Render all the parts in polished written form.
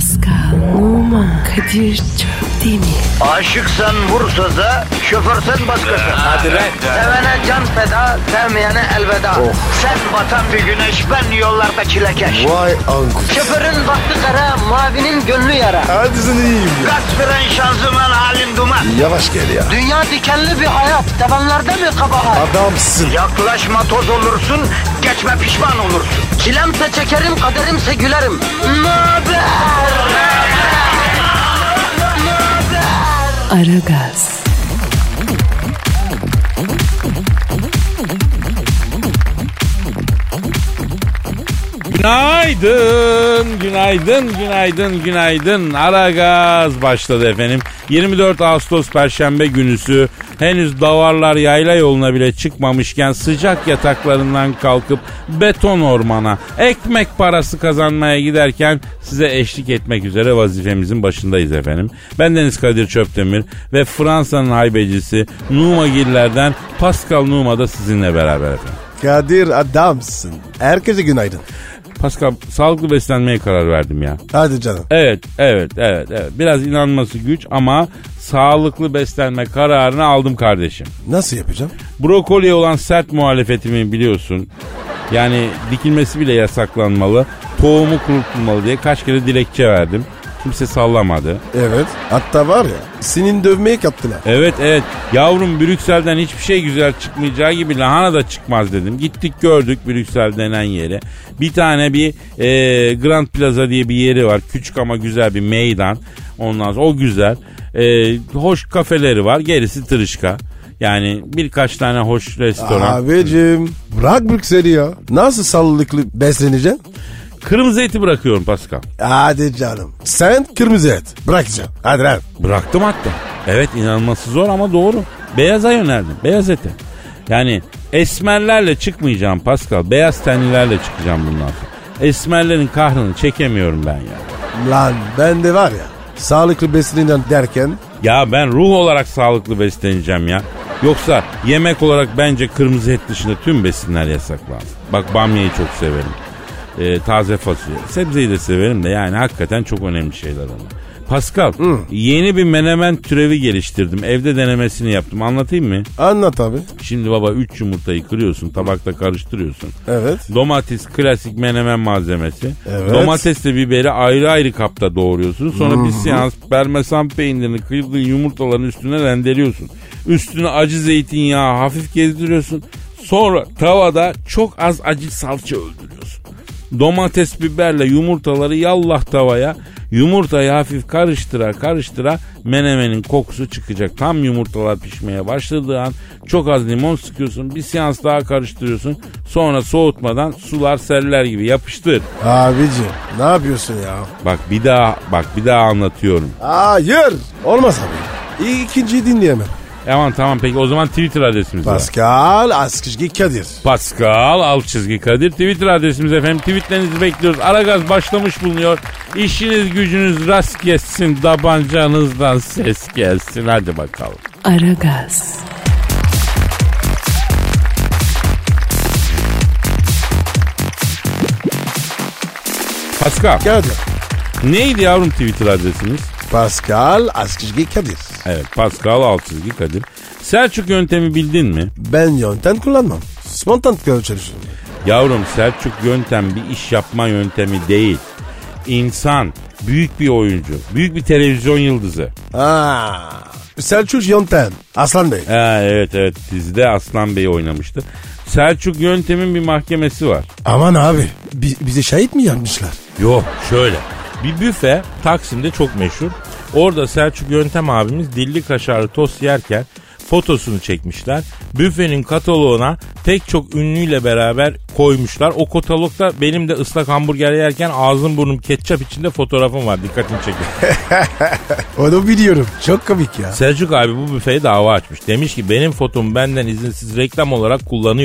Pascal, Oman, Kadir çok değil mi? Aşıksan vursa da, şoförsen başkasın. Hadi lan. Sevene can feda, sevmeyene elveda. Sen batan bir güneş, ben yollarda çilekeş. Vay anku. Şoförün baktı kara, mavinin gönlü yara. Hadi sen iyiyim ya. Kasperen şanzıman halin duman. Yavaş gel ya. Dünya dikenli bir hayat, sevenlerde mi kabahar? Adamsın. Yaklaşma toz olursun, geçme pişman olursun. Çilemse çekerim, kaderimse gülerim. Möber! Aragaz. Günaydın, günaydın, günaydın, günaydın. Aragaz başladı efendim. 24 Ağustos Perşembe günüsü. Henüz davarlar yayla yoluna bile çıkmamışken sıcak yataklarından kalkıp beton ormana ekmek parası kazanmaya giderken size eşlik etmek üzere vazifemizin başındayız efendim. Bendeniz Kadir Çöptemir ve Fransa'nın haybecisi Numagiller'den Pascal Numa da sizinle beraber efendim. Kadir adamsın. Herkese günaydın. Pascal, sağlıklı beslenmeye karar verdim ya. Hadi canım. Evet. Biraz inanması güç ama sağlıklı beslenme kararını aldım kardeşim. Nasıl yapacağım? Brokoliye olan sert muhalefetimi biliyorsun. Yani dikilmesi bile yasaklanmalı, tohumu kurutulmalı diye kaç kere dilekçe verdim. Kimse sallamadı. Evet. Hatta var ya, senin dövmeye kattılar. Evet. Yavrum, Brüksel'den hiçbir şey güzel çıkmayacağı gibi lahana da çıkmaz dedim. Gittik gördük Brüksel denen yere. Bir tane Grand Plaza diye bir yeri var. Küçük ama güzel bir meydan. Ondan sonra o güzel. Hoş kafeleri var. Gerisi tırışka. Yani birkaç tane hoş restoran. Abicim bırak Brüksel'i ya. Nasıl sağlıklı besleneceksin? Kırmızı eti bırakıyorum Pascal. Hadi canım. Sen kırmızı et. Bırakacaksın. Hadi lan. Bıraktım hatta. Evet, inanılması zor ama doğru. Beyaza yöneldim. Beyaz ete. Yani esmerlerle çıkmayacağım Pascal. Beyaz tenlilerle çıkacağım bundan sonra. Esmerlerin kahrını çekemiyorum ben ya. Lan ben de var ya, sağlıklı besleneceğim derken. Ya ben ruh olarak sağlıklı besleneceğim ya. Yoksa yemek olarak bence kırmızı et dışında tüm besinler yasaklandı. Bak, bamyayı çok severim. Taze fasulye. Sebzeyi de severim de yani hakikaten çok önemli şeyler onlar. Pascal, yeni bir menemen türevi geliştirdim. Evde denemesini yaptım. Anlatayım mı? Anlat abi. Şimdi baba 3 yumurtayı kırıyorsun. Tabakta karıştırıyorsun. Evet. Domates, klasik menemen malzemesi. Evet. Domatesle biberi ayrı ayrı kapta doğruyorsun. Sonra bir seans parmesan peynirini kırdığın yumurtaların üstüne rendeliyorsun. Üstüne acı zeytinyağı hafif gezdiriyorsun. Sonra tavada çok az acı salça öldürüyorsun. Domates, biberle yumurtaları yallah tavaya. Yumurtayı hafif karıştıra menemenin kokusu çıkacak. Tam yumurtalar pişmeye başladığı an çok az limon sıkıyorsun. Bir seans daha karıştırıyorsun. Sonra soğutmadan sular seller gibi yapıştır. Abici ne yapıyorsun ya? Bak bir daha anlatıyorum. Hayır. Olmaz abi. İkinciyi dinleyemem. Aman tamam, peki o zaman Twitter adresimiz var. Pascal Askışgi Kadir. Pascal _Kadir Twitter adresimiz efendim. Tweetlerinizi bekliyoruz. Aragaz başlamış bulunuyor. İşiniz gücünüz rast gelsin. Tabancanızdan ses gelsin. Hadi bakalım. Aragaz. Pascal, Kadir. neydi yavrum Twitter adresimiz? Pascal Askışgi Kadir. Evet, Pascal _Kadir. Selçuk yöntemi bildin mi? Ben yöntem kullanmam. Spontan çalışıyorum. Yavrum, Selçuk yöntem bir iş yapma yöntemi değil. İnsan, büyük bir oyuncu, büyük bir televizyon yıldızı. Selçuk yöntem. Aslan Bey. Evet, dizide Aslan Bey oynamıştı. Selçuk yöntemin bir mahkemesi var. Aman abi, bize şahit mi yapmışlar? Yok, şöyle. Bir büfe Taksim'de çok meşhur. Orada Selçuk Yöntem abimiz dilli kaşarlı tost yerken fotosunu çekmişler. Büfenin kataloğuna pek çok ünlüyle beraber koymuşlar. O katalogda benim de ıslak hamburger yerken ağzım burnum ketçap içinde fotoğrafım var. Dikkatini çekin. Onu biliyorum. Çok komik ya. Selçuk abi bu büfeye dava açmış. Demiş ki benim fotomu benden izinsiz reklam olarak kullanıyor.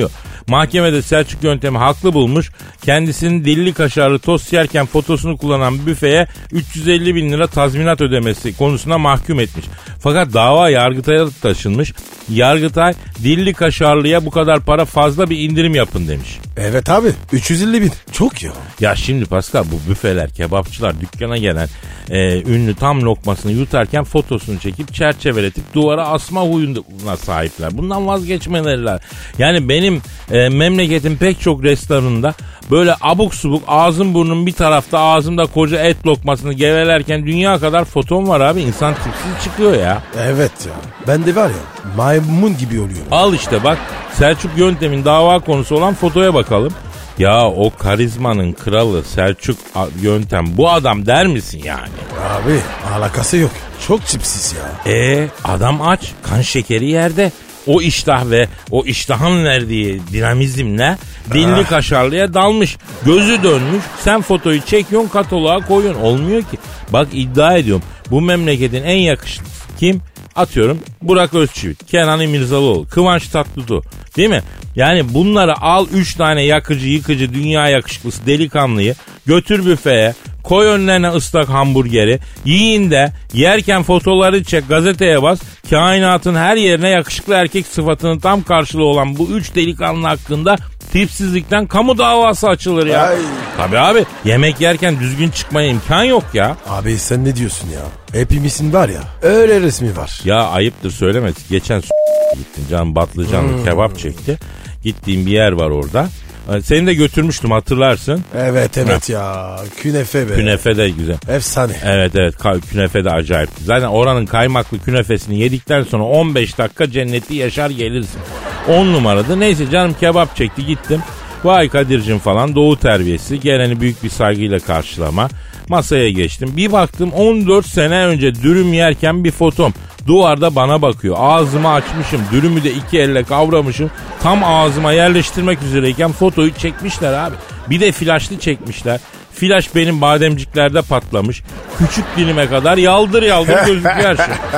Mahkemede Selçuk Yöntem'i haklı bulmuş. Kendisinin dilli kaşarlı tost yerken fotosunu kullanan büfeye 350 bin lira tazminat ödemesi konusuna mahkum etmiş. Fakat dava Yargıtay'a taşınmış. Yargıtay dilli kaşarlıya bu kadar para fazla bir indirim yapın demiş. Evet abi 350 bin çok ya. Ya şimdi Pascal bu büfeler, kebapçılar dükkana gelen ünlü tam lokmasını yutarken fotosunu çekip çerçeveletip duvara asma huyuna sahipler. Bundan vazgeçmeleri. Yani benim memleketin pek çok restoranında böyle abuk subuk ağzım burnum bir tarafta ağzımda koca et lokmasını gevelerken dünya kadar fotom var abi. İnsan tipsiz çıkıyor ya. Evet ya. Ben de var ya maymun gibi oluyorum. Al işte bak Selçuk Yöntem'in dava konusu olan fotoya bakalım. Ya o karizmanın kralı Selçuk Yöntem bu adam der misin yani? Abi alakası yok. Çok tipsiz ya. Adam aç, kan şekeri yerde. O iştah ve o iştahın verdiği dinamizmle dilli kaşarlıya dalmış. Gözü dönmüş. Sen fotoyu çekiyorsun, kataloğa koyuyorsun. Olmuyor ki. Bak iddia ediyorum. Bu memleketin en yakışıklısı kim? Atıyorum Burak Özçivit, Kenan İmirzalıoğlu, Kıvanç Tatlıtuğ. Değil mi? Yani bunları al 3 tane yakıcı yıkıcı dünya yakışıklısı delikanlıyı götür büfeye. Koy önlerine ıslak hamburgeri. Yiyin de yerken fotoğrafları çek, gazeteye bas. Kainatın her yerine yakışıklı erkek sıfatının tam karşılığı olan bu 3 delikanlı hakkında tipsizlikten kamu davası açılır ya. Ay. Tabii abi yemek yerken düzgün çıkmaya imkan yok ya. Abi sen ne diyorsun ya? Hepimizin var ya öyle resmi var. Ya ayıptır söylemesi. Geçen gittim canım Batlıcanlı kebap çekti. Gittiğim bir yer var orada. Seni de götürmüştüm hatırlarsın. Evet ya. Künefe be. Künefe de güzel. Efsane. Evet künefe de acayip. Zaten oranın kaymaklı künefesini yedikten sonra 15 dakika cenneti yaşar gelirsin. 10 numaradı. Neyse canım kebap çekti gittim. Vay Kadir'cim falan doğu terbiyesi. Geleni büyük bir saygıyla karşılama. Masaya geçtim. Bir baktım 14 sene önce dürüm yerken bir fotom. Duvarda bana bakıyor. Ağzımı açmışım. Dürümü de 2 elle kavramışım. Tam ağzıma yerleştirmek üzereyken fotoyu çekmişler abi. Bir de flaşlı çekmişler. Flaş benim bademciklerde patlamış. Küçük dilime kadar yaldır gözüküyor her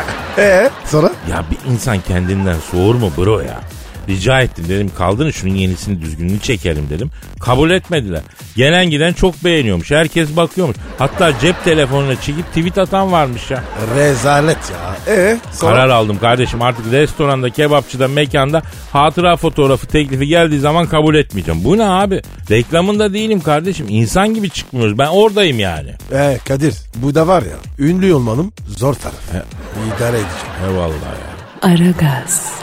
şey. Sonra? Ya bir insan kendinden soğur mu bro ya? Rica ettim dedim kaldırın şunun yenisini düzgününü çekelim dedim. Kabul etmediler. Gelen giden çok beğeniyormuş. Herkes bakıyormuş. Hatta cep telefonuna çekip tweet atan varmış ya. Rezalet ya. Sonra? Karar aldım kardeşim artık restoranda, kebapçıda, mekanda hatıra fotoğrafı teklifi geldiği zaman kabul etmeyeceğim. Bu ne abi? Reklamında değilim kardeşim. İnsan gibi çıkmıyoruz. Ben oradayım yani. Kadir bu da var ya ünlü olmanın zor tarafı. İdare edeceğim. Eyvallah ya. Aragaz.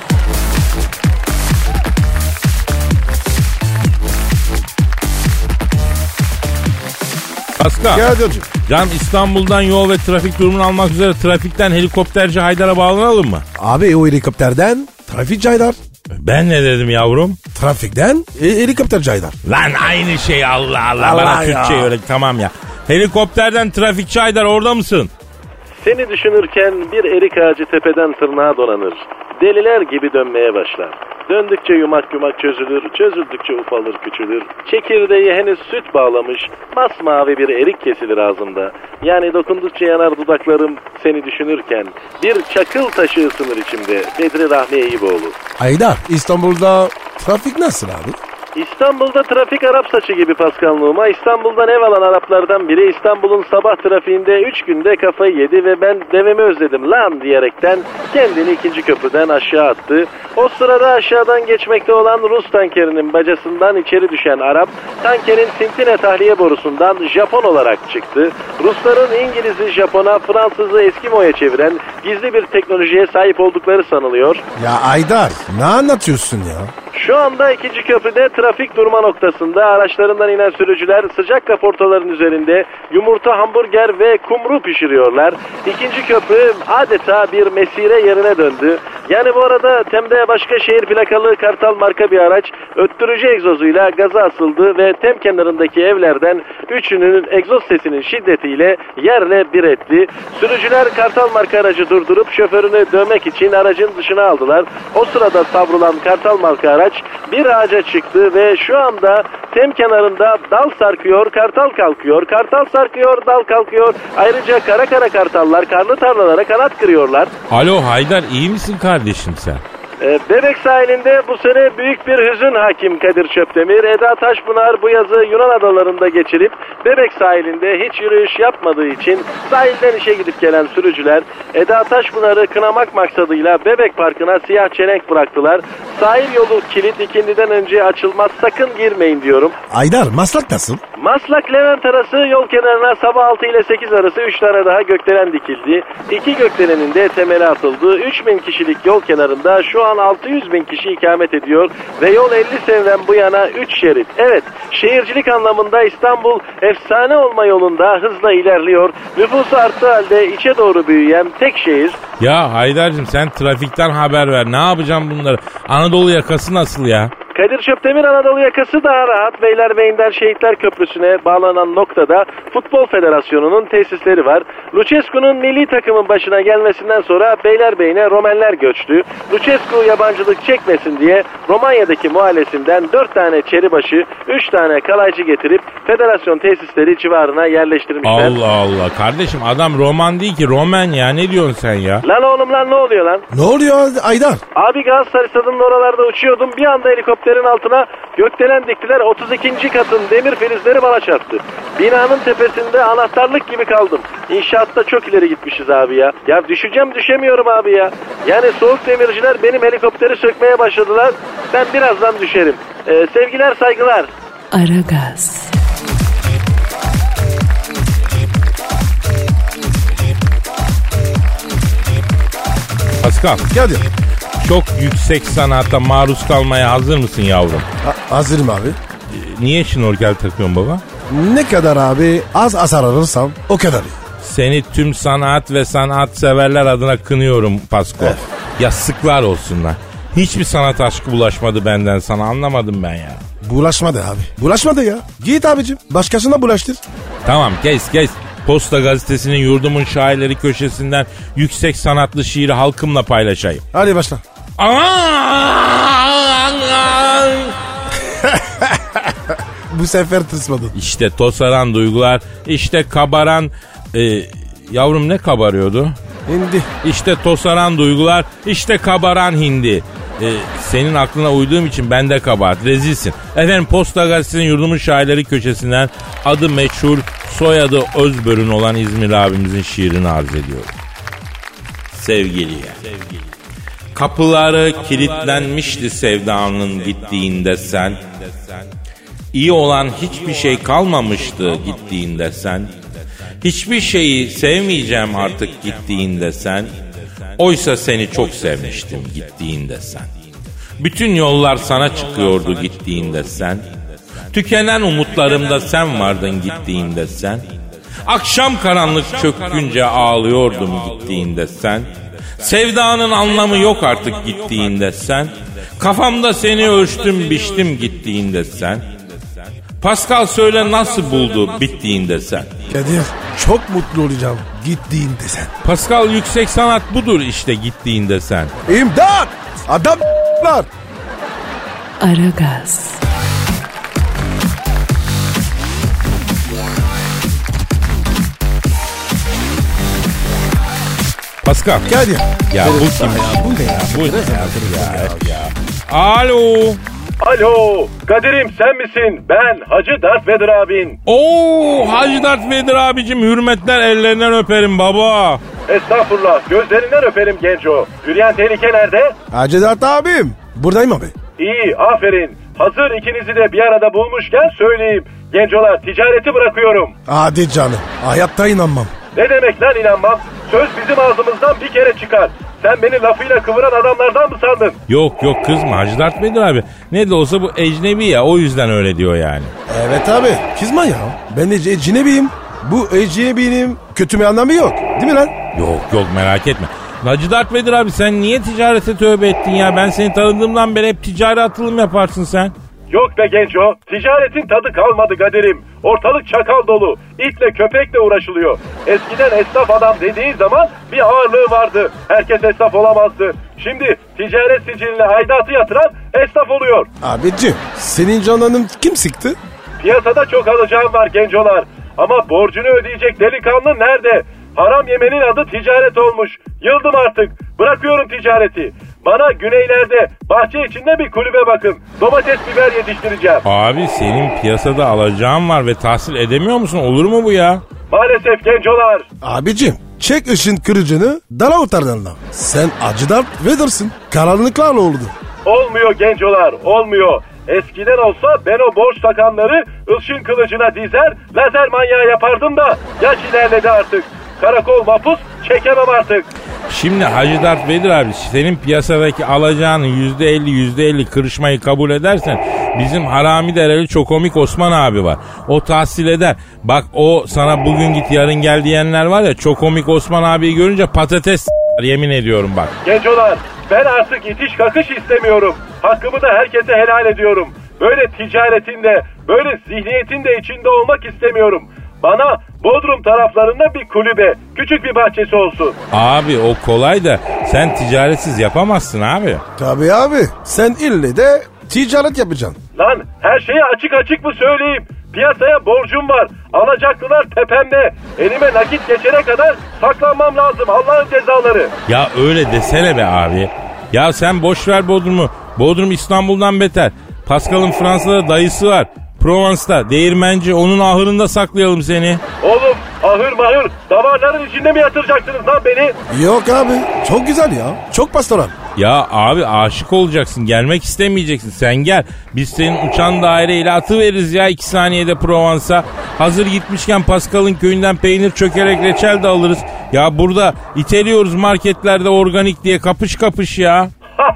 Pascal. Gel hocam. Canım İstanbul'dan yol ve trafik durumunu almak üzere trafikten helikopterci Haydar'a bağlanalım mı? Abi o helikopterden trafik Haydar. Ben ne dedim yavrum? Trafikten helikopterci Haydar. Lan aynı şey Allah Allah. Allah Bana ya. Türkçe öyle tamam ya. Helikopterden trafikçi Haydar orada mısın? Seni düşünürken bir erik ağacı tepeden tırnağa donanır. Deliler gibi dönmeye başlar. Döndükçe yumak yumak çözülür, çözüldükçe ufalır küçülür. Çekirdeği henüz süt bağlamış, masmavi bir erik kesilir ağzımda. Yani dokundukça yanar dudaklarım seni düşünürken. Bir çakıl taşı ısınır içimde, Bedri Rahmi Eyüboğlu. Haydar İstanbul'da trafik nasıl abi? İstanbul'da trafik Arap saçı gibi Paskanlığıma. İstanbul'dan ev alan Araplardan biri İstanbul'un sabah trafiğinde 3 günde kafayı yedi ve ben devemi özledim lan diyerekten kendini 2. köprüden aşağı attı. O sırada aşağıdan geçmekte olan Rus tankerinin bacasından içeri düşen Arap, tankerin Sintine tahliye borusundan Japon olarak çıktı. Rusların İngiliz'i Japon'a, Fransız'ı Eskimo'ya çeviren gizli bir teknolojiye sahip oldukları sanılıyor. Ya Haydar ne anlatıyorsun ya? Şu anda 2. köprüde trafik durma noktasında araçlarından inen sürücüler sıcak kaportaların üzerinde yumurta, hamburger ve kumru pişiriyorlar. 2. köprü adeta bir mesire yerine döndü. Yani bu arada Tem'de başka şehir plakalı Kartal marka bir araç öttürücü egzozuyla gaza asıldı ve Tem kenarındaki evlerden 3'ünün egzoz sesinin şiddetiyle yerle bir etti. Sürücüler Kartal marka aracı durdurup şoförünü dövmek için aracın dışına aldılar. O sırada savrulan Kartal marka araç bir ağaca çıktı ve şu anda Tem kenarında dal sarkıyor, kartal kalkıyor, kartal sarkıyor, dal kalkıyor. Ayrıca kara kartallar karlı tarlalara kanat kırıyorlar. Alo Haydar iyi misin kardeşim sen? Bebek sahilinde bu sene büyük bir hüzün hakim Kadir Çöpdemir. Eda Taşpınar bu yazı Yunan adalarında geçirip Bebek sahilinde hiç yürüyüş yapmadığı için sahilden işe gidip gelen sürücüler Eda Taşpınar'ı kınamak maksadıyla Bebek Parkı'na siyah çelenk bıraktılar. Sahil yolu kilit, ikindiden önce açılmaz, sakın girmeyin diyorum. Aydar, Maslak nasıl? Maslak Levent arası yol kenarına sabah 6 ile 8 arası 3 tane daha gökdelen dikildi. 2 gökdelenin de temeli atıldı. 3000 kişilik yol kenarında şu an 600 bin kişi ikamet ediyor ve yol 50 seneden bu yana 3 şerit. Evet, şehircilik anlamında İstanbul efsane olma yolunda hızla ilerliyor. Nüfusu arttığı halde içe doğru büyüyen tek şehir. Ya Haydar'cığım sen trafikten haber ver. Ne yapacağım bunları? Anadolu yakası nasıl ya? Kadir Çöpdemir Anadolu yakası daha rahat. Beylerbeyi'nden Şehitler Köprüsü'ne bağlanan noktada Futbol Federasyonu'nun tesisleri var. Lucescu'nun milli takımın başına gelmesinden sonra Beylerbeyi'ne Romenler göçtü. Lucescu yabancılık çekmesin diye Romanya'daki muhallesinden 4 tane çeribaşı, 3 tane kalaycı getirip federasyon tesisleri civarına yerleştirmişler. Allah Allah kardeşim, adam Roman değil ki Romen ya, ne diyorsun sen ya? Lan oğlum lan, ne oluyor lan? Ne oluyor Aydar? Abi Galatasaray stadının oralarda uçuyordum, bir anda helikopterin altına gökdelen diktiler. 32. katın demir filizleri bana çarptı. Binanın tepesinde anahtarlık gibi kaldım. İnşaatta çok ileri gitmişiz abi ya. Ya düşeceğim, düşemiyorum abi ya. Yani soğuk demirciler benim helikopteri sökmeye başladılar. Ben birazdan düşerim. Sevgiler, saygılar. Aragaz. Pascal, Kadir. çok yüksek sanata maruz kalmaya hazır mısın yavrum? Hazırım abi. Niye şnorkel takıyorsun baba? Ne kadar abi az hasar alırsam o kadar iyi. Seni tüm sanat ve sanat severler adına kınıyorum Pasko. Evet. Yastıklar olsunlar. Hiçbir sanat aşkı bulaşmadı benden sana, anlamadım ben ya. Bulaşmadı abi. Bulaşmadı ya. Git abicim. Başkasına bulaştır. Tamam kes. Posta Gazetesi'nin Yurdumun Şairleri köşesinden yüksek sanatlı şiiri halkımla paylaşayım. Hadi başla. Bu sefer tırsmadın. İşte tosaran duygular, işte kabaran... yavrum ne kabarıyordu? Hindi. İşte tosaran duygular, işte kabaran hindi. Senin aklına uyduğum için ben de kabahat, rezilsin. Efendim, Posta Gazetesi'nin Yurdumun Şairleri köşesinden adı meçhul, soyadı Özbörün olan İzmir abimizin şiirini arz ediyorum. Sevgiliye. Kapıları kilitlenmişti sevdanın gittiğinde sen. İyi olan hiçbir şey kalmamıştı gittiğinde sen. Hiçbir şeyi sevmeyeceğim artık gittiğinde sen. Oysa seni çok sevmiştim gittiğinde sen. Bütün yollar sana çıkıyordu gittiğinde sen. Tükenen umutlarımda sen vardın gittiğinde sen. Akşam karanlık çökünce ağlıyordum gittiğinde sen. Sevdanın anlamı yok artık gittiğinde sen. Kafamda seni ölçtüm biçtim gittiğinde sen. Pascal söyle nasıl buldu bittiğinde sen? Kadir çok mutlu olacağım gittiğinde sen. Pascal, yüksek sanat budur işte gittiğinde sen. İmdat! Adamlar! Aragaz. Pascal. Kadir. Ya bu kim ya? Bu ne ya? Bu ne ya? Alo. Alo, Kadir'im sen misin? Ben Hacı Darth Vader abin. Oo, Hacı Darth Vader abicim, hürmetler, ellerinden öperim baba. Estağfurullah, gözlerinden öperim genco. Hürriyen tehlike nerede? Hacı Dert abim. Buradayım abi. İyi, aferin. Hazır ikinizi de bir arada bulmuşken söyleyeyim. Gencolar, ticareti bırakıyorum. Hadi canım. Hayatta inanmam. Ne demek lan inanmam? Söz bizim ağzımızdan bir kere çıkar. Sen beni lafıyla kıvıran adamlardan mı sandın? Yok kızma Hacı Darth Vader abi. Ne de olsa bu ecnebi ya, o yüzden öyle diyor yani. Evet abi. Kızma ya. Ben de ecnebiyim. Bu ecnebinin kötü bir anlamı yok. Değil mi lan? Yok merak etme. Hacı Darth Vader abi, sen niye ticarete tövbe ettin ya? Ben seni tanıdığımdan beri hep ticari atılım yaparsın sen. Yok be genco, ticaretin tadı kalmadı Kadir'im. Ortalık çakal dolu, itle köpekle uğraşılıyor. Eskiden esnaf adam dediğin zaman bir ağırlığı vardı. Herkes esnaf olamazdı. Şimdi ticaret siciline aidatı yatıran esnaf oluyor. Abicim senin canının kim sıktı? Piyasada çok alacağım var gencolar. Ama borcunu ödeyecek delikanlı nerede? Haram yemenin adı ticaret olmuş. Yıldım artık. Bırakıyorum ticareti. Bana güneylerde bahçe içinde bir kulübe bakın. Domates biber yetiştireceğim. Abi senin piyasada alacağın var ve tahsil edemiyor musun? Olur mu bu ya? Maalesef gencolar. Abicim çek ışın kırıcını dala ortalarına. Sen acı Darth Vader'sın. Karanlıklarla oldu. Olmuyor gencolar, olmuyor. Eskiden olsa ben o borç takanları ışın kılıcına dizer, lazer manyağı yapardım da yaş ilerledi artık. Karakol mapus çekemem artık. Şimdi Hacı Darth Vader abi, senin piyasadaki alacağının %50 kırışmayı kabul edersen bizim harami dereli Çokomik Osman abi var. O tahsil eder. Bak o sana bugün git yarın gel diyenler var ya, Çokomik Osman abiyi görünce patates yemin ediyorum bak. Gencolar, ben artık itiş kakış istemiyorum. Hakkımı da herkese helal ediyorum. Böyle ticaretinde, böyle zihniyetinde içinde olmak istemiyorum. Bana Bodrum taraflarında bir kulübe, küçük bir bahçesi olsun. Abi o kolay da sen ticaretsiz yapamazsın abi. Tabii abi. Sen ille de ticaret yapacaksın. Lan her şeyi açık açık mı söyleyeyim? Piyasaya borcum var. Alacaklılar tepemde. Elime nakit geçene kadar saklanmam lazım. Allah'ın cezaları. Ya öyle desene be abi. Ya sen boş ver Bodrum'u. Bodrum İstanbul'dan beter. Pascal'ın Fransa'da dayısı var. Provence'da değirmenci, onun ahırında saklayalım seni. Oğlum ahır mahır damarların içinde mi yatıracaksınız lan beni? Yok abi. Çok güzel ya. Çok pastoral. Ya abi aşık olacaksın, gelmek istemeyeceksin, sen gel. Biz senin uçan daireyle atıveririz ya 2 saniyede Provence'a. Hazır gitmişken Pascal'ın köyünden peynir çökerek reçel de alırız. Ya burada iteliyoruz marketlerde organik diye, kapış kapış ya.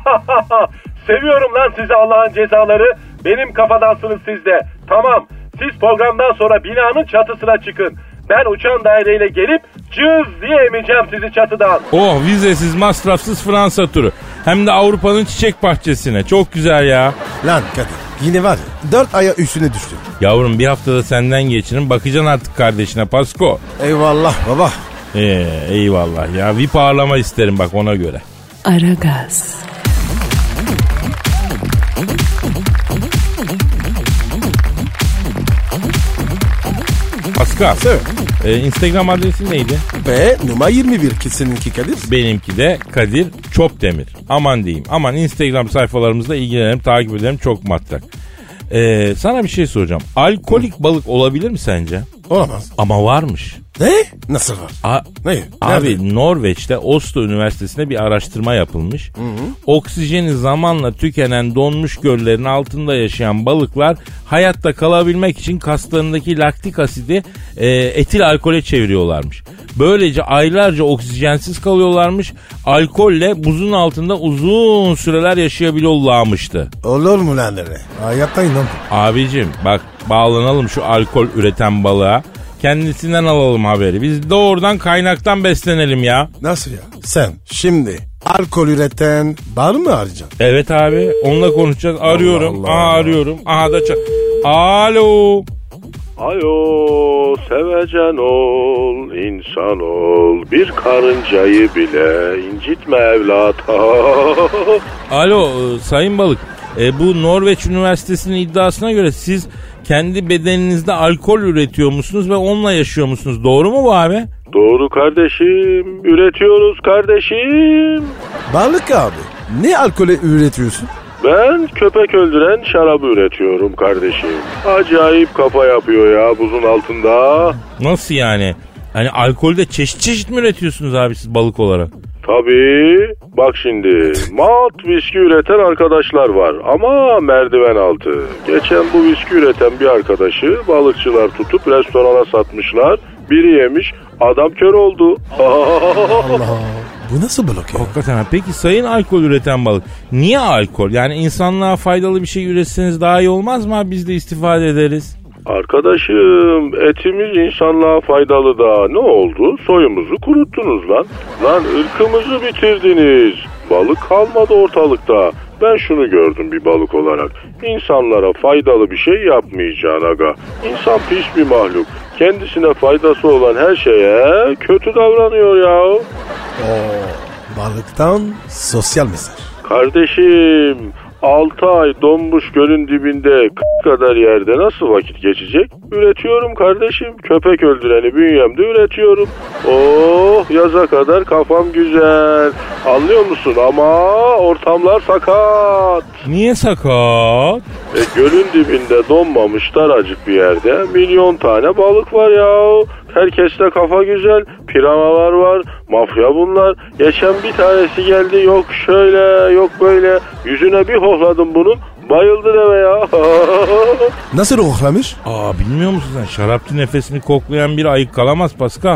Seviyorum lan sizi Allah'ın cezaları. Benim kafadansınız siz de. Tamam, siz programdan sonra binanın çatısına çıkın. Ben uçan daireyle gelip cız diye emeceğim sizi çatıdan. Oh, vizesiz masrafsız Fransa turu. Hem de Avrupa'nın çiçek bahçesine. Çok güzel ya. Lan Kadir yine var ya 4 aya üstüne düştü. Yavrum bir haftada senden geçirin. Bakacaksın artık kardeşine Pasko. Eyvallah baba. Eyvallah ya. VIP ağırlama isterim bak ona göre. Aragaz. Pascal. Instagram adresin neydi? Ve numara 21 seninki Kadir. Benimki de Kadir Çopdemir. Aman diyeyim. Aman Instagram sayfalarımızla ilgilenelim, takip edelim, çok matrak. Sana bir şey soracağım. Alkolik balık olabilir mi sence? Olamaz. Ama varmış. Ne? Nasıl var? Ne? Abi Norveç'te Oslo Üniversitesi'nde bir araştırma yapılmış. Hı. Oksijeni zamanla tükenen donmuş göllerin altında yaşayan balıklar hayatta kalabilmek için kaslarındaki laktik asidi etil alkole çeviriyorlarmış. Böylece aylarca oksijensiz kalıyorlarmış. Alkolle buzun altında uzun süreler yaşayabiliyorlarmıştı. Olur mu lan nere? Hayatta inan. Abicim bak, bağlanalım şu alkol üreten balığa. Kendisinden alalım haberi. Biz doğrudan kaynaktan beslenelim ya. Nasıl ya? Sen şimdi alkol üreten bar mı arayacaksın? Evet abi, onunla konuşacağız. Arıyorum. Allah Allah. Arıyorum. Aha da Alo. Alo, sevecen ol, insan ol, bir karıncayı bile incitme evlat. Alo sayın balık. Bu Norveç Üniversitesi'nin iddiasına göre siz kendi bedeninizde alkol üretiyor musunuz ve onunla yaşıyor musunuz? Doğru mu bu abi? Doğru kardeşim, üretiyoruz kardeşim. Balık abi. Ne alkolü üretiyorsun? Ben köpek öldüren şarabı üretiyorum kardeşim. Acayip kafa yapıyor ya buzun altında. Nasıl yani? Hani alkolde çeşit çeşit mi üretiyorsunuz abi siz balık olarak? Tabii. Bak şimdi malt viski üreten arkadaşlar var ama merdiven altı. Geçen bu viski üreten bir arkadaşı balıkçılar tutup restorana satmışlar. Biri yemiş, adam kör oldu. Allah. Bu nasıl balık ya? Hakikaten. Peki sayın alkol üreten balık, niye alkol? Yani insanlığa faydalı bir şey üretseniz daha iyi olmaz mı abi? Biz de istifade ederiz. Arkadaşım, etimiz insanlığa faydalı da ne oldu? Soyumuzu kuruttunuz lan. Lan ırkımızı bitirdiniz. Balık kalmadı ortalıkta. Ben şunu gördüm bir balık olarak. İnsanlara faydalı bir şey yapmayacağın aga. İnsan pis bir mahluk. Kendisine faydası olan her şeye kötü davranıyor ya. Balıktan sosyal mesaj. Kardeşim, 6 ay donmuş gölün dibinde kadar yerde nasıl vakit geçecek? Üretiyorum kardeşim. Köpek öldüreni bünyemde üretiyorum. Oh, yaza kadar kafam güzel. Anlıyor musun? Ama ortamlar sakat. Niye sakat? Gölün dibinde donmamış daracık bir yerde milyon tane balık var ya. Herkeste kafa güzel. Piranalar var. Mafya bunlar. Geçen bir tanesi geldi. Yok şöyle yok böyle. Yüzüne bir hohladım bunun. Bayıldı deve ya. Nasıl oklamış? Bilmiyor musun sen? Şarapçı nefesini koklayan bir ayık kalamaz Pascal.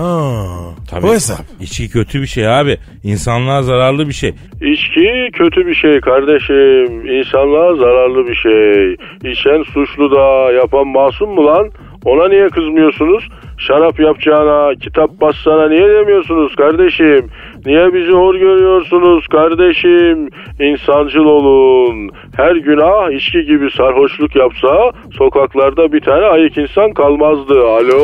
Tabii. O hesap. İçki kötü bir şey abi. İnsanlığa zararlı bir şey. İçki kötü bir şey kardeşim. İnsanlığa zararlı bir şey. İçen suçlu da yapan masum mu lan? Ona niye kızmıyorsunuz? Şarap yapacağına, kitap bassana niye demiyorsunuz kardeşim? Niye bizi hor görüyorsunuz kardeşim? İnsancıl olun. Her günah içki gibi sarhoşluk yapsa sokaklarda bir tane ayık insan kalmazdı. Alo?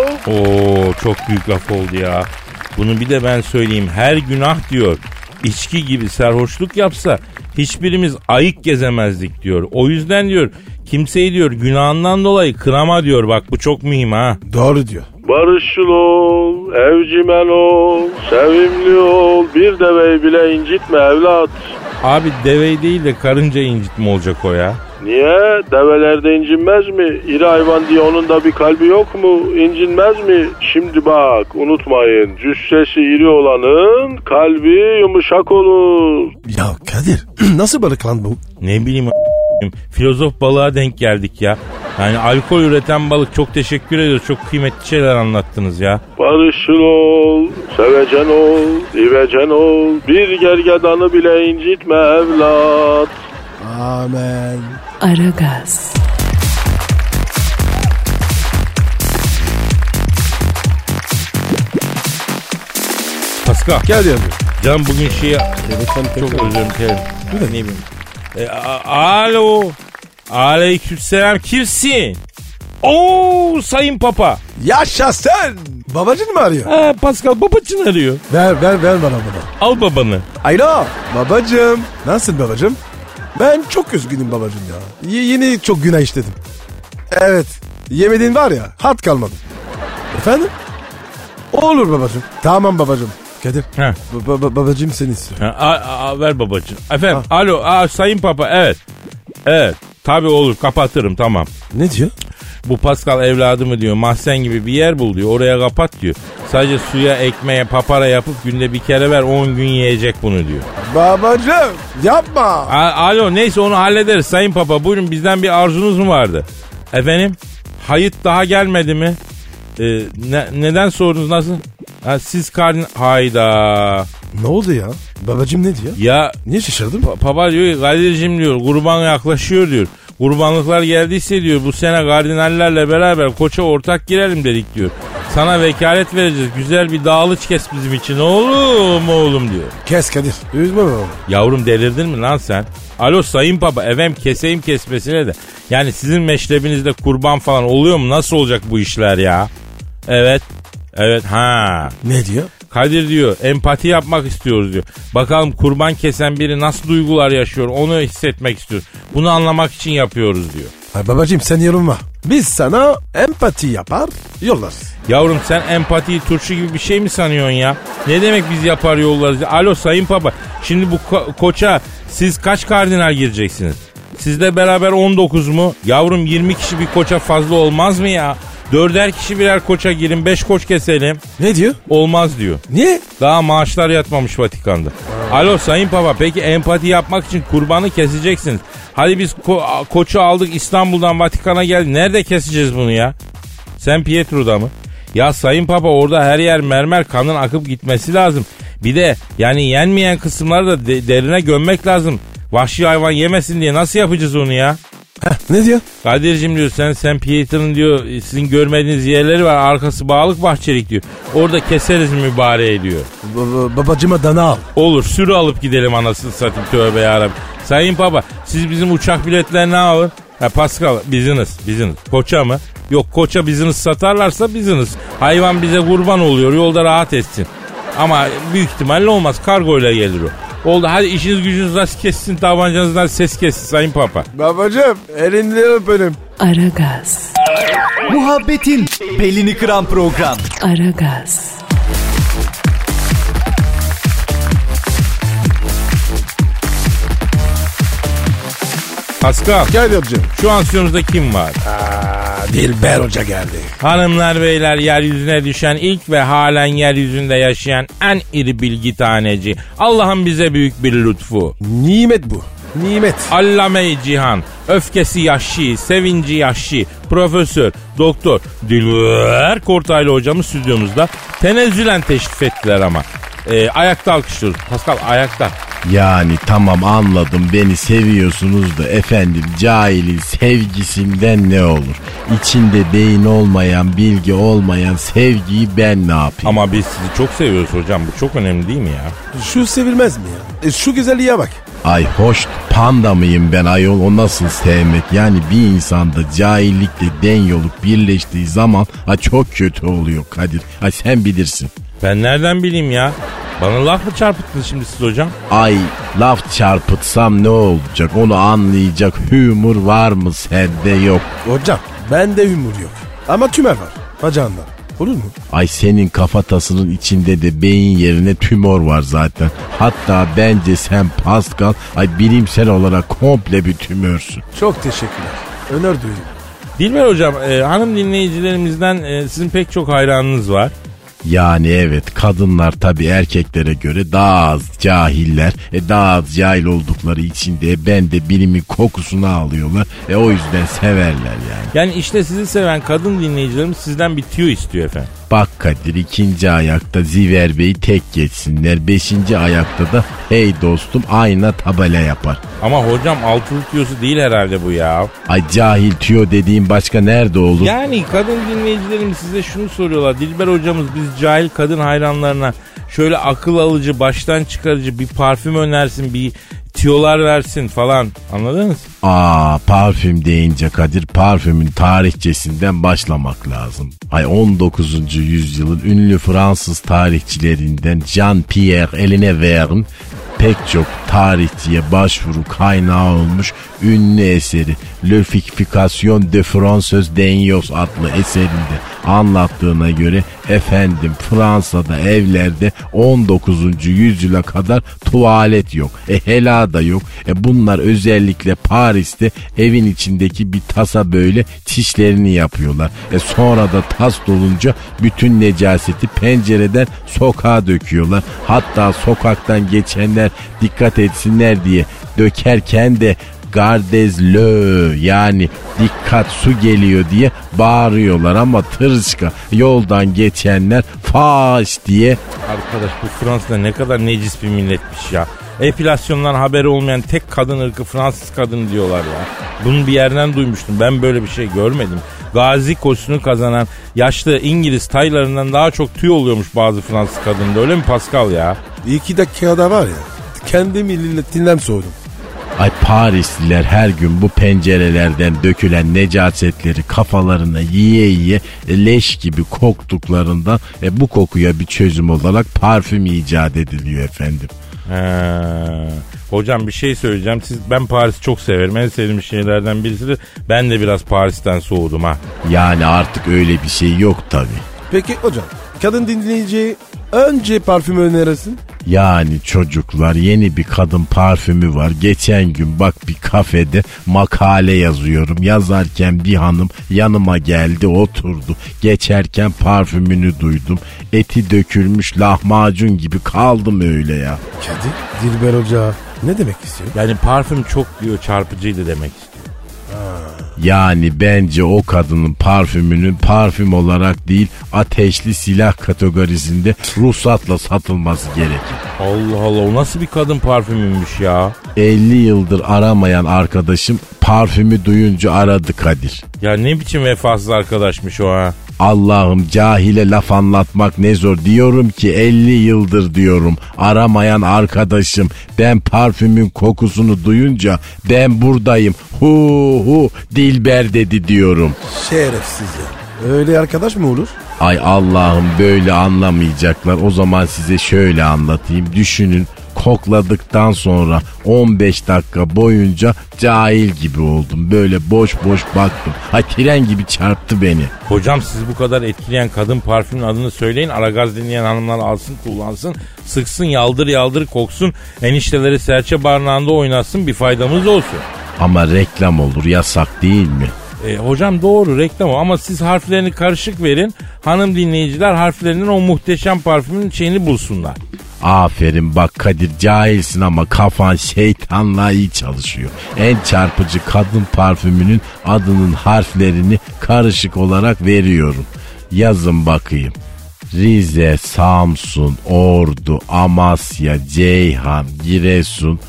Oo, çok büyük laf oldu ya. Bunu bir de ben söyleyeyim. Her günah diyor. İçki gibi sarhoşluk yapsa hiçbirimiz ayık gezemezdik diyor. O yüzden diyor kimseyi diyor günahından dolayı kınama diyor. Bak bu çok mühim ha. Doğru diyor. Barışçıl ol, evcimen ol, sevimli ol, bir deveyi bile incitme evlat. Abi deveyi değil de karınca incitme olacak o ya. Niye? Develerde incinmez mi? İri hayvan diye onun da bir kalbi yok mu? İncinmez mi? Şimdi bak unutmayın. Cüssesi iri olanın kalbi yumuşak olur. Ya Kadir nasıl balık lan bu? Ne bileyim filozof balığa denk geldik ya. Yani alkol üreten balık, çok teşekkür ediyoruz. Çok kıymetli şeyler anlattınız ya. Barışçıl ol, sevecen ol, ivecen ol. Bir gergedanı bile incitme evlat. Amen. Aragaz. Pascal. Gel diyor. Can bugün çok özür dilerim. Ne bileyim. Alo. Aleykümselam, kimsin? Oo, Sayın Papa. Yaşa sen. Babacın mı arıyor? Pascal babacın arıyor. Ver bana bunu. Al babanı. Alo babacım. Nasılsın babacım? Ben çok üzgünüm babacım ya. Yeni çok günah işledim. Evet. Yemediğin var ya, hat kalmadı. Efendim? Olur babacım. Tamam babacım. Kadir. Babacım seni istiyor. Ver babacığım. Efendim alo Sayın Papa, evet. Evet tabii olur, kapatırım, tamam. Ne diyor? Bu Pascal evladımı diyor mahzen gibi bir yer bul diyor, oraya kapat diyor. Sadece suya ekmeğe papara yapıp günde bir kere ver, 10 gün yiyecek bunu diyor. Babacım yapma. Alo neyse onu hallederiz Sayın Papa, buyurun, bizden bir arzunuz mu vardı? Efendim hayıt daha gelmedi mi? Neden sordunuz, nasıl? Siz hayda. Ne oldu ya? Babacım ne diyor? Ya niye şaşırdın? Baba diyor, Kadir'cim diyor, kurban yaklaşıyor diyor. Kurbanlıklar geldiyse diyor bu sene kardinallerle beraber Koç'a ortak girelim dedik diyor. Sana vekalet vereceğiz, güzel bir dağılıç kes bizim için oğlum diyor. Kes Kadir, üzme baba. Yavrum delirdin mi lan sen? Alo Sayın Papa, efendim keseyim kesmesine de. Yani sizin meşrebinizde kurban falan oluyor mu? Nasıl olacak bu işler ya? Evet Ne diyor? Kadir diyor empati yapmak istiyoruz diyor. Bakalım kurban kesen biri nasıl duygular yaşıyor, onu hissetmek istiyoruz. Bunu anlamak için yapıyoruz diyor. Babacığım sen yorulma. Biz sana empati yapar yollarız. Yavrum sen empatiyi turşu gibi bir şey mi sanıyorsun ya? Ne demek biz yapar yollarız? Alo Sayın Papa, şimdi bu Koç'a siz kaç kardinal gireceksiniz? Sizle beraber 19 mu? Yavrum 20 kişi bir Koç'a fazla olmaz mı ya? 4'er kişi birer Koç'a girin, 5 Koç keselim. Ne diyor? Olmaz diyor. Niye? Daha maaşlar yatmamış Vatikan'da. Alo Sayın Papa, peki empati yapmak için kurbanı keseceksiniz. Hadi biz Koç'u aldık, İstanbul'dan Vatikan'a geldik. Nerede keseceğiz bunu ya? San Pietro'da mı? Ya Sayın Papa orada her yer mermer, kanın akıp gitmesi lazım. Bir de yani yenmeyen kısımları da derine gömmek lazım. Vahşi hayvan yemesin diye nasıl yapacağız onu ya? Ne diyor? Kadir'cim diyor sen Pietro'nun diyor sizin görmediğiniz yerleri var, arkası bağlık bahçelik diyor. Orada keseriz mübareği diyor. Babacıma dana al. Olur, sürü alıp gidelim anasını satayım, tövbe yarabbim. Sayın Papa siz bizim uçak biletlerini alın. Pascal business. Koç'a mı? Yok Koç'a business satarlarsa business. Hayvan bize kurban oluyor, yolda rahat etsin. Ama büyük ihtimalle olmaz, kargoyla gelir o. Oldu, hadi işiniz gücünüz rast kessin, tabancanızdan ses kessin Sayın Papa. Babacım elinden öpelim. Aragaz. Muhabbetin belini kıran program. Aragaz. Pascal, Gel yapacağım. şu ansiyonunuzda kim var? Dilber Hoca geldi. Hanımlar beyler, yeryüzüne düşen ilk ve halen yeryüzünde yaşayan en iri bilgi taneci. Allah'ın bize büyük bir lütfu. Nimet bu. Nimet. Allame-i Cihan, öfkesi yaşlı, sevinci yaşlı, profesör, doktor Dilber Kortaylı hocamız stüdyomuzda tenezzülen teşrif ettiler ama. Ayakta alkışlıyoruz. Pascal, ayakta. Yani tamam anladım, beni seviyorsunuz da efendim cahilin sevgisinden ne olur? İçinde beyin olmayan, bilgi olmayan sevgiyi ben ne yapayım? Ama biz sizi çok seviyoruz hocam. Bu çok önemli değil mi ya? Şu sevilmez mi ya? Şu güzelliğe bak. Ay hoş, panda mıyım ben ayol, o nasıl sevmek? Yani bir insanda cahillikle denyoluk birleştiği zaman çok kötü oluyor Kadir. Ay sen bilirsin. Ben nereden bileyim ya? Bana laf mı çarpıttınız şimdi siz hocam? Ay laf çarpıtsam ne olacak, onu anlayacak hümur var mı sende? Yok. Hocam bende humor yok. Ama tümör var. Bacağında. Olur mu? Ay senin kafatasının içinde de beyin yerine tümör var zaten. Hatta bence sen Pascal, bilimsel olarak komple bir tümörsün. Çok teşekkürler. Öner duyuyorum. Dilber hocam, hanım dinleyicilerimizden sizin pek çok hayranınız var. Yani evet, kadınlar tabii erkeklere göre daha az cahiller. Daha az cahil oldukları için de ben de bilimin kokusunu alıyorlar. O yüzden severler yani. Yani işte sizi seven kadın dinleyicilerimiz sizden bir tüyo istiyor efendim. Bak Kadir, ikinci ayakta Ziver Bey'i tek geçsinler. 5. ayakta da hey dostum ayna tabela yapar. Ama hocam altılı tüyosu değil herhalde bu ya. Ay cahil tüyo dediğim başka nerede olur? Yani kadın dinleyicilerimiz size şunu soruyorlar. Dilber hocamız biz cahil kadın hayranlarına şöyle akıl alıcı, baştan çıkarıcı bir parfüm önersin, bir tüyolar versin falan, anladınız? Parfüm deyince Kadir, parfümün tarihçesinden başlamak lazım. 19. yüzyılın ünlü Fransız tarihçilerinden Jean-Pierre Elineverne pek çok tarihçiye başvuru kaynağı olmuş ünlü eseri Le Fictification de François Denios adlı eserinde anlattığına göre efendim Fransa'da evlerde 19. yüzyıla kadar tuvalet yok. Hela da yok. Bunlar özellikle Paris'te evin içindeki bir tasa böyle çişlerini yapıyorlar. Sonra da tas dolunca bütün necaseti pencereden sokağa döküyorlar. Hatta sokaktan geçenler dikkat etsinler diye dökerken de Gardez le, yani dikkat su geliyor diye bağırıyorlar ama tırışka yoldan geçenler faş diye. Arkadaş bu Fransa'da ne kadar necis bir milletmiş ya. Epilasyondan haberi olmayan tek kadın ırkı Fransız kadın diyorlar ya. Bunu bir yerden duymuştum, ben böyle bir şey görmedim. Gazi Koçu'nu kazanan yaşlı İngiliz taylarından daha çok tüy oluyormuş bazı Fransız kadında, öyle mi Pascal ya? 2 dakikada var ya, kendi milletinden soğudum. Parisliler her gün bu pencerelerden dökülen necasetleri kafalarına yiye yiye leş gibi koktuklarından bu kokuya bir çözüm olarak parfüm icat ediliyor efendim. Hocam bir şey söyleyeceğim. Ben Paris'i çok severim. En sevdiğim şeylerden birisidir. Ben de biraz Paris'ten soğudum ha. Yani artık öyle bir şey yok tabii. Peki hocam, kadın dinleyiciye önce parfüm önerirsin. Yani çocuklar, yeni bir kadın parfümü var. Geçen gün bak bir kafede makale yazıyorum. Yazarken bir hanım yanıma geldi, oturdu. Geçerken parfümünü duydum. Eti dökülmüş lahmacun gibi kaldım öyle ya. Kadir, Dilber Hoca ne demek istiyor? Yani parfüm çok diyor, çarpıcıydı demek istiyor. Yani bence o kadının parfümünün parfüm olarak değil, ateşli silah kategorisinde ruhsatla satılması gerekir. Allah Allah, o nasıl bir kadın parfümüymüş ya? 50 yıldır aramayan arkadaşım parfümü duyunca aradı Kadir. Ya ne biçim vefasız arkadaşmış o ha? Allah'ım, cahile laf anlatmak ne zor. Diyorum ki 50 yıldır diyorum aramayan arkadaşım, ben parfümün kokusunu duyunca ben buradayım hu Dilber dedi diyorum. Şerefsiz ya. Öyle arkadaş mı olur? Ay Allah'ım, böyle anlamayacaklar. O zaman size şöyle anlatayım. Düşünün, kokladıktan sonra 15 dakika boyunca cahil gibi oldum. Böyle boş boş baktım. Hay tren gibi çarptı beni. Hocam siz bu kadar etkileyen kadın parfümün adını söyleyin. Aragaz dinleyen hanımlar alsın kullansın. Sıksın yaldır yaldır koksun. Enişteleri serçe barınağında oynatsın, bir faydamız olsun. Ama reklam olur, yasak değil mi? Hocam doğru, reklam o, ama siz harflerini karışık verin. Hanım dinleyiciler harflerinin o muhteşem parfümün şeyini bulsunlar. Aferin bak Kadir, cahilsin ama kafan şeytanla iyi çalışıyor. En çarpıcı kadın parfümünün adının harflerini karışık olarak veriyorum. Yazın bakayım. Rize, Samsun, Ordu, Amasya, Ceyhan, Giresun,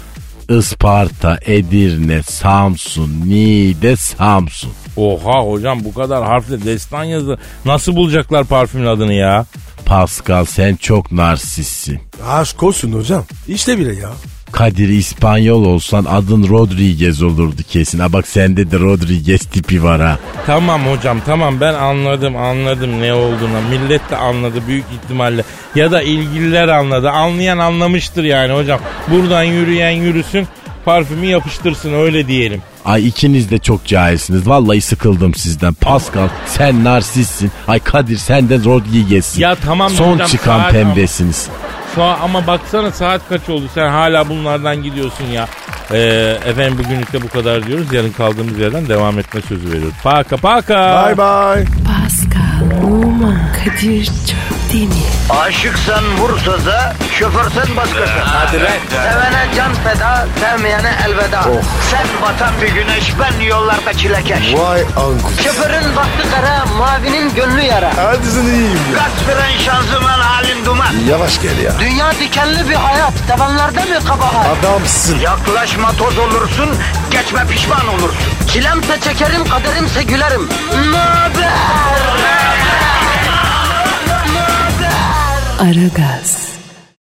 Isparta, Edirne, Samsun, Niğde, Samsun. Oha hocam, bu kadar harfle destan yazı. Nasıl bulacaklar parfümün adını ya? Pascal sen çok narsistsin. Aşk olsun hocam. İşte bile ya. Kadir, İspanyol olsan adın Rodriguez olurdu kesin. Ha bak sende de Rodriguez tipi var ha. Tamam hocam tamam, ben anladım ne olduğunu. Millet de anladı büyük ihtimalle. Ya da ilgililer anladı. Anlayan anlamıştır yani hocam. Buradan yürüyen yürüsün, parfümü yapıştırsın, öyle diyelim. Ay ikiniz de çok cahilsiniz. Vallahi sıkıldım sizden. Pascal sen narsistsin. Ay Kadir sen de Rodriguez'sin. Ya tamam son hocam, çıkan pembesiniz. Ama baksana saat kaç oldu, sen hala bunlardan gidiyorsun ya. Efendim bugünlük de bu kadar diyoruz. Yarın kaldığımız yerden devam etme sözü veriyoruz. Paka. Bye bye. Pascal, Oman, Kadir çok değil mi? Aşıksan vursa da, şoförsen başkasın. Hadi lan. Sevene can feda, sevmeyene elveda. Sen batan bir güneş, ben yollarda çilekeş. Vay anku. Şoförün baktı kara, mavinin gönlü yara. Hadi sen iyiyim ya. Kasperen şanzıman halin duman. Yavaş gel ya. Dünya dikenli bir hayat, sevenlerde mi kabahar? Adamsın. Yaklaşma toz olursun, geçme pişman olursun. Çilemse çekerim, kaderimse gülerim. Möber! Aragaz.